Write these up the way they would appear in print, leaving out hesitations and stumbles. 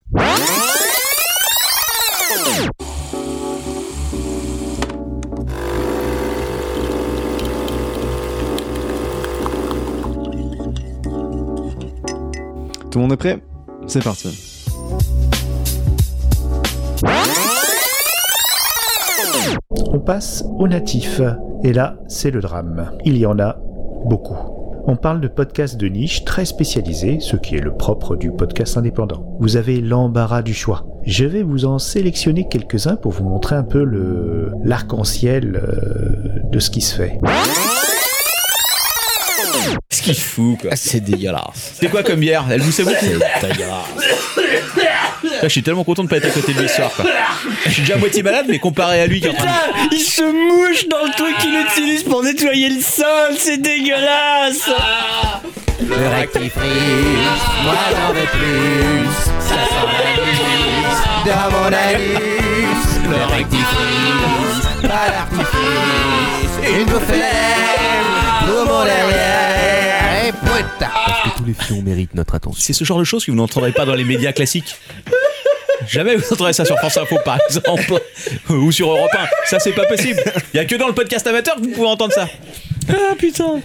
Tout le monde est prêt ? C'est parti. On passe aux natifs. Et là, c'est le drame. Il y en a beaucoup. On parle de podcasts de niche très spécialisés, ce qui est le propre du podcast indépendant. Vous avez l'embarras du choix. Je vais vous en sélectionner quelques-uns pour vous montrer un peu l'arc-en-ciel de ce qui se fait. Ce qu'il fout, quoi. C'est dégueulasse. C'est quoi comme bière ? Elle vous sait beaucoup ? C'est dégueulasse. Je suis tellement content de pas être à côté de lui ce soir, quoi. Je suis déjà à moitié malade, mais comparé à lui qui est en train de... Il se mouche dans le truc qu'il utilise pour nettoyer le sol, c'est dégueulasse. Le rectifrice, moi j'en veux plus. Ça sent la nuit dans mon anus. Le rectifrice, pas l'artifice. Une bouffée pour mon derrière. Et putain. Parce que tous les fions méritent notre attention. C'est ce genre de choses que vous n'entendrez pas dans les médias classiques. Jamais vous entendrez ça sur France Info, par exemple, ou sur Europe 1. Ça, c'est pas possible. Il y a que dans le podcast amateur que vous pouvez entendre ça. Ah, putain.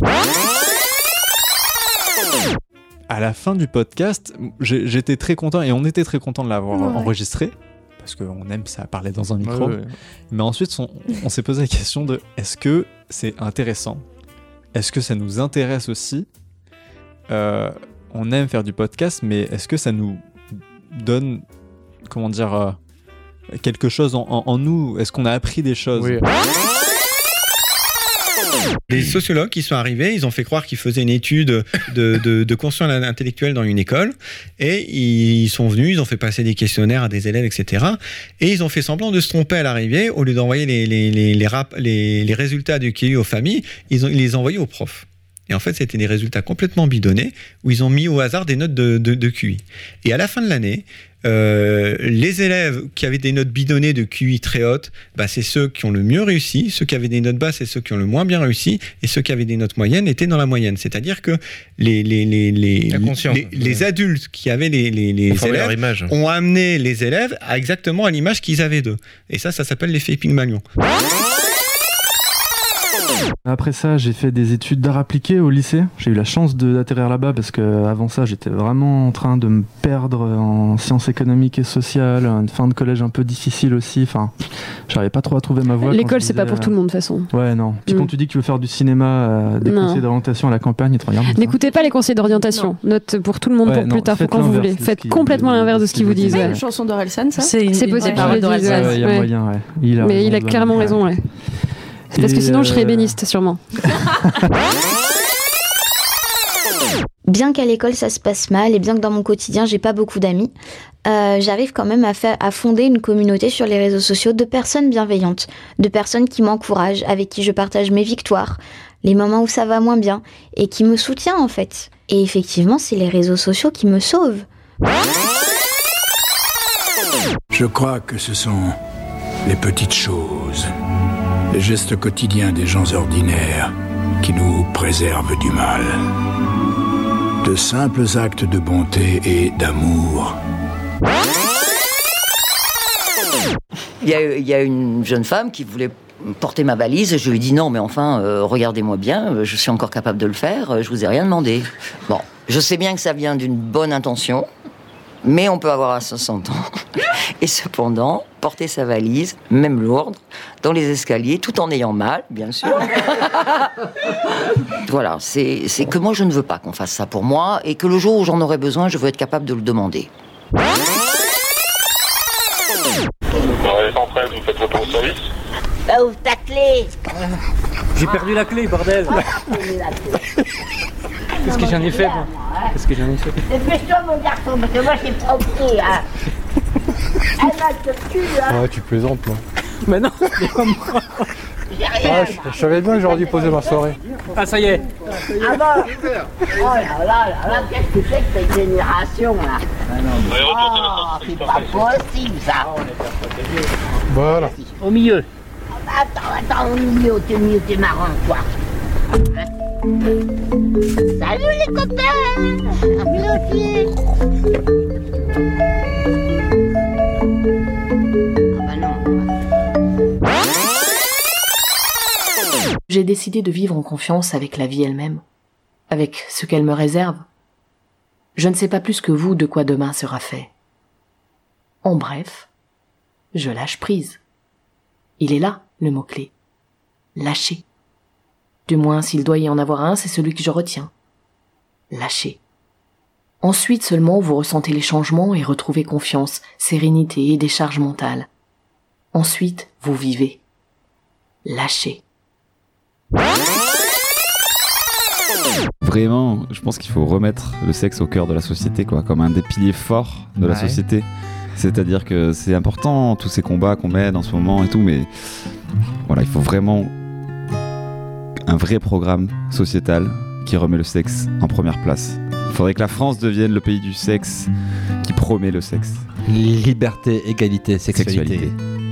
À la fin du podcast, j'étais très content, et on était très content de l'avoir enregistré, parce qu'on aime ça, parler dans un micro. Ouais. Mais ensuite, on s'est posé la question de est-ce que c'est intéressant ? Est-ce que ça nous intéresse aussi ? On aime faire du podcast, mais est-ce que ça nous donne, comment dire, quelque chose en nous ? Est-ce qu'on a appris des choses ? Oui. Des sociologues qui sont arrivés, ils ont fait croire qu'ils faisaient une étude de conscience intellectuelle dans une école, et ils sont venus, ils ont fait passer des questionnaires à des élèves, etc. Et ils ont fait semblant de se tromper à l'arrivée. Au lieu d'envoyer les résultats du QI aux familles, ils les envoyaient aux profs. Et en fait, c'était des résultats complètement bidonnés, où ils ont mis au hasard des notes de QI. Et à la fin de l'année, les élèves qui avaient des notes bidonnées de QI très hautes, c'est ceux qui ont le mieux réussi. Ceux qui avaient des notes basses, c'est ceux qui ont le moins bien réussi. Et ceux qui avaient des notes moyennes étaient dans la moyenne. C'est-à-dire que les adultes qui avaient les élèves ont amené les élèves exactement à l'image qu'ils avaient d'eux. Et ça s'appelle l'effet Pygmalion. Après ça, j'ai fait des études d'art appliqué au lycée. J'ai eu la chance d'atterrir là-bas parce qu'avant ça, j'étais vraiment en train de me perdre en sciences économiques et sociales. Une fin de collège un peu difficile aussi. Enfin, j'arrivais pas trop à trouver ma voie. L'école, c'est pas pour tout le monde de toute façon. Ouais, non. Puis quand tu dis que tu veux faire du cinéma, des conseils d'orientation à la campagne, ils te regardent. N'écoutez pas les conseils d'orientation. Note pour tout le monde pour plus tard, faut quand vous voulez. Faites complètement l'inverse de ce qu'ils vous disent. C'est une chanson d'Orelsan, ça ? C'est possible. Il y a moyen, ouais. Mais il a carrément raison, ouais. C'est parce que sinon je serais ébéniste sûrement. Bien qu'à l'école ça se passe mal et bien que dans mon quotidien j'ai pas beaucoup d'amis, j'arrive quand même à fonder une communauté sur les réseaux sociaux de personnes bienveillantes, de personnes qui m'encouragent, avec qui je partage mes victoires, les moments où ça va moins bien et qui me soutiennent en fait. Et effectivement c'est les réseaux sociaux qui me sauvent. Je crois que ce sont les petites choses, les gestes quotidiens des gens ordinaires qui nous préservent du mal. De simples actes de bonté et d'amour. Il y a une jeune femme qui voulait porter ma valise. Je lui ai dit non, mais enfin, regardez-moi bien, je suis encore capable de le faire, je vous ai rien demandé. Bon, je sais bien que ça vient d'une bonne intention, mais on peut avoir à 60 ans. Et cependant, porter sa valise, même lourde, dans les escaliers, tout en ayant mal, bien sûr. Voilà, c'est que moi, je ne veux pas qu'on fasse ça pour moi, et que le jour où j'en aurai besoin, je veux être capable de le demander. Vous faites votre service ? Bah, ouvre ta clé. J'ai perdu la clé, bordel. Qu'est-ce que j'en ai fait, moi ? Qu'est-ce que j'en ai fait ? Dépêche-toi, mon garçon, parce que moi, j'ai pas compris, hein. Elle va te tuer, hein. Ouais, tu plaisantes, moi. Mais non, c'est pas moi. Je savais bien que j'aurais dû poser ma soirée. Ah, ça y est. Ah bon ? Oh là là, qu'est-ce que c'est que cette génération, là ? Oh, c'est pas possible, ça. Voilà. Au milieu. Attends, au milieu, t'es marrant, quoi. Salut les copains! Salut les filles! j'ai décidé de vivre en confiance avec la vie elle-même, avec ce qu'elle me réserve. Je ne sais pas plus que vous de quoi demain sera fait. En bref, je lâche prise. Il est là, le mot-clé. Lâcher. Du moins, s'il doit y en avoir un, c'est celui que je retiens. Lâcher. Ensuite seulement, vous ressentez les changements et retrouvez confiance, sérénité et décharge mentale. Ensuite, vous vivez. Lâchez. Vraiment, je pense qu'il faut remettre le sexe au cœur de la société, quoi, comme un des piliers forts de la société. C'est-à-dire que c'est important, tous ces combats qu'on mène en ce moment et tout, mais voilà, il faut vraiment un vrai programme sociétal qui remet le sexe en première place. Il faudrait que la France devienne le pays du sexe qui promet le sexe. Liberté, égalité, sexualité.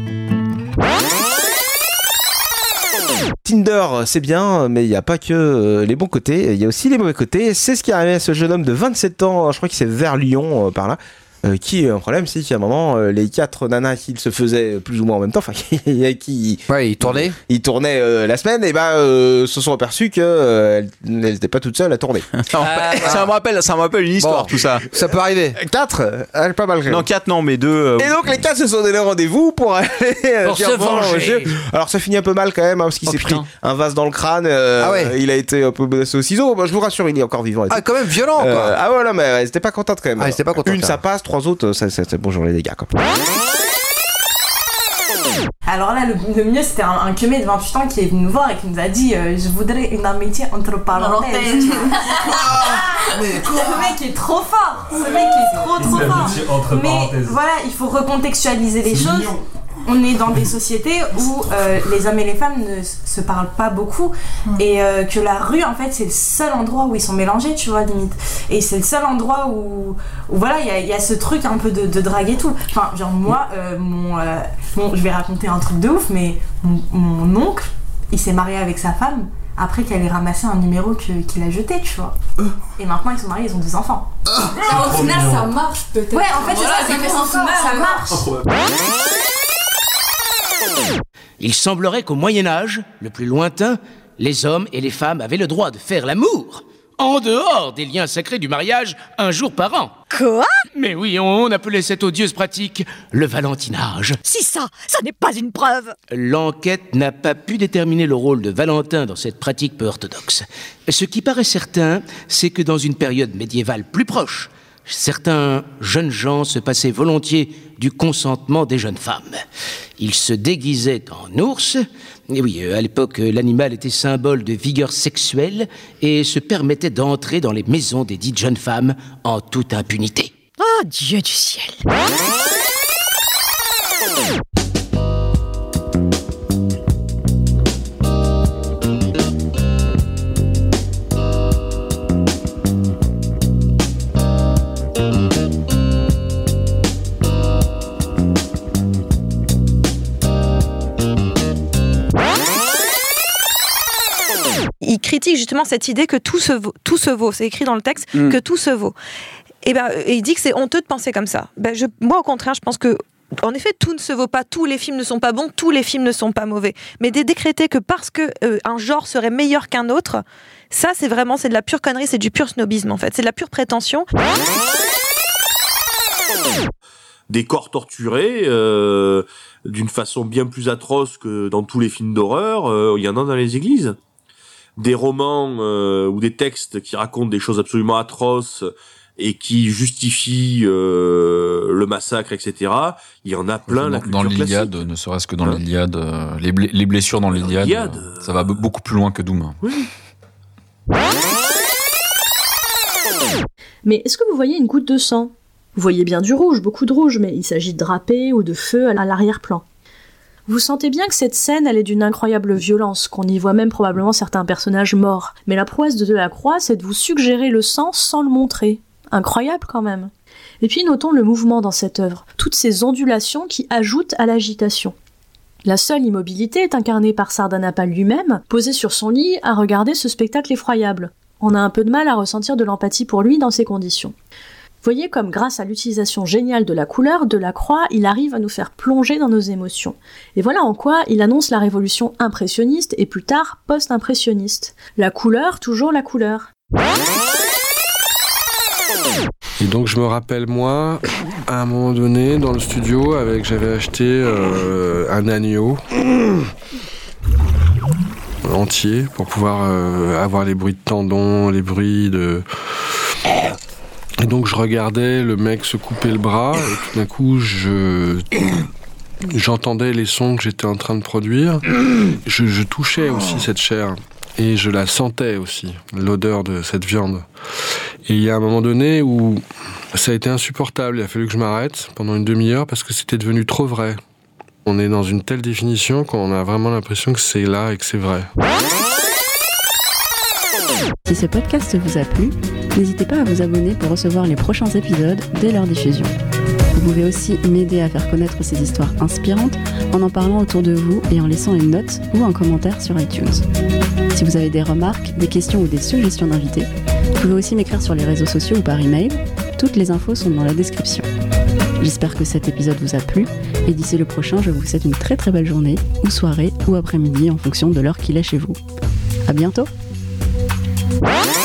Tinder, c'est bien, mais il n'y a pas que les bons côtés, il y a aussi les mauvais côtés. C'est ce qui est arrivé à ce jeune homme de 27 ans, je crois qu'il c'est vers Lyon, par là. Qui un problème, c'est qu'à un moment les 4 nanas qui se faisaient plus ou moins en même temps, enfin qui ils tournaient la semaine, et se sont aperçus que elles n'étaient pas toutes seules à tourner. Ça me rappelle une histoire, tout ça. Ça peut arriver. 4, pas mal. Non, 4 non, mais 2. Et donc les 4 se sont donné rendez-vous pour aller pour se venger. Alors ça finit un peu mal quand même, parce qu'il s'est pris un vase dans le crâne. Il a été un peu menacé au ciseau. Je vous rassure, il est encore vivant. Quand même violent, quoi. Ah ouais, non, mais elles étaient pas contentes quand même. Elles étaient pas contentes. Une, ça passe. 3 autres, c'est bonjour les dégâts, quoi. Alors là, le mieux, c'était un queumé de 28 ans qui est venu nous voir et qui nous a dit je voudrais une amitié entre parenthèses. Mais quoi ? Ce mec est trop fort. Ce mec est trop fort. Mais voilà, il faut recontextualiser les choses. Mignon. On est dans des sociétés où les hommes et les femmes ne se parlent pas beaucoup et que la rue, en fait, c'est le seul endroit où ils sont mélangés, tu vois, limite. Et c'est le seul endroit où voilà, il y a ce truc un peu de drague et tout. Enfin, genre moi, je vais raconter un truc de ouf, mais mon oncle, il s'est marié avec sa femme après qu'elle ait ramassé un numéro qu'il a jeté, tu vois. Et maintenant, ils sont mariés, ils ont 2 enfants. Au final, ça marche peut-être. Ouais, en fait, ça marche. Il semblerait qu'au Moyen-Âge, le plus lointain, les hommes et les femmes avaient le droit de faire l'amour, en dehors des liens sacrés du mariage, un jour par an. Quoi ? Mais oui, on appelait cette odieuse pratique le valentinage. Si ça n'est pas une preuve. L'enquête n'a pas pu déterminer le rôle de Valentin dans cette pratique peu orthodoxe. Ce qui paraît certain, c'est que dans une période médiévale plus proche, certains jeunes gens se passaient volontiers du consentement des jeunes femmes. Ils se déguisaient en ours. Et oui, à l'époque, l'animal était symbole de vigueur sexuelle et se permettait d'entrer dans les maisons des dites jeunes femmes en toute impunité. Oh, Dieu du ciel! Il critique justement cette idée que tout se vaut. C'est écrit dans le texte que tout se vaut. Et il dit que c'est honteux de penser comme ça. Moi, au contraire, je pense que, en effet, tout ne se vaut pas. Tous les films ne sont pas bons, tous les films ne sont pas mauvais. Mais décréter que parce que un genre serait meilleur qu'un autre, ça, c'est de la pure connerie, c'est du pur snobisme en fait. C'est de la pure prétention. Des corps torturés d'une façon bien plus atroce que dans tous les films d'horreur. Il y en a dans les églises. Des romans ou des textes qui racontent des choses absolument atroces et qui justifient le massacre, etc. Il y en a plein. Dans l'Iliade, ne serait-ce que dans l'Iliade, les blessures dans l'Iliade, ça va beaucoup plus loin que Doom. Oui. Mais est-ce que vous voyez une goutte de sang ? Vous voyez bien du rouge, beaucoup de rouge, mais il s'agit de drapé ou de feu à l'arrière-plan. Vous sentez bien que cette scène, elle est d'une incroyable violence, qu'on y voit même probablement certains personnages morts. Mais la prouesse de Delacroix, c'est de vous suggérer le sang sans le montrer. Incroyable quand même. Et puis notons le mouvement dans cette œuvre, toutes ces ondulations qui ajoutent à l'agitation. La seule immobilité est incarnée par Sardanapale lui-même, posé sur son lit à regarder ce spectacle effroyable. On a un peu de mal à ressentir de l'empathie pour lui dans ces conditions. Voyez comme grâce à l'utilisation géniale de la couleur, Delacroix, il arrive à nous faire plonger dans nos émotions. Et voilà en quoi il annonce la révolution impressionniste et plus tard post-impressionniste. La couleur, toujours la couleur. Et donc je me rappelle moi, à un moment donné, dans le studio, j'avais acheté un agneau entier pour pouvoir avoir les bruits de tendons, les bruits de... Et donc je regardais le mec se couper le bras et tout d'un coup j'entendais les sons que j'étais en train de produire. Je touchais aussi cette chair et je la sentais aussi, l'odeur de cette viande. Et il y a un moment donné où ça a été insupportable, il a fallu que je m'arrête pendant une demi-heure parce que c'était devenu trop vrai. On est dans une telle définition qu'on a vraiment l'impression que c'est là et que c'est vrai. Si ce podcast vous a plu, n'hésitez pas à vous abonner pour recevoir les prochains épisodes dès leur diffusion. Vous pouvez aussi m'aider à faire connaître ces histoires inspirantes en parlant autour de vous et en laissant une note ou un commentaire sur iTunes. Si vous avez des remarques, des questions ou des suggestions d'invités, vous pouvez aussi m'écrire sur les réseaux sociaux ou par email. Toutes les infos sont dans la description. J'espère que cet épisode vous a plu et d'ici le prochain, je vous souhaite une très très belle journée ou soirée ou après-midi en fonction de l'heure qu'il est chez vous. À bientôt! What?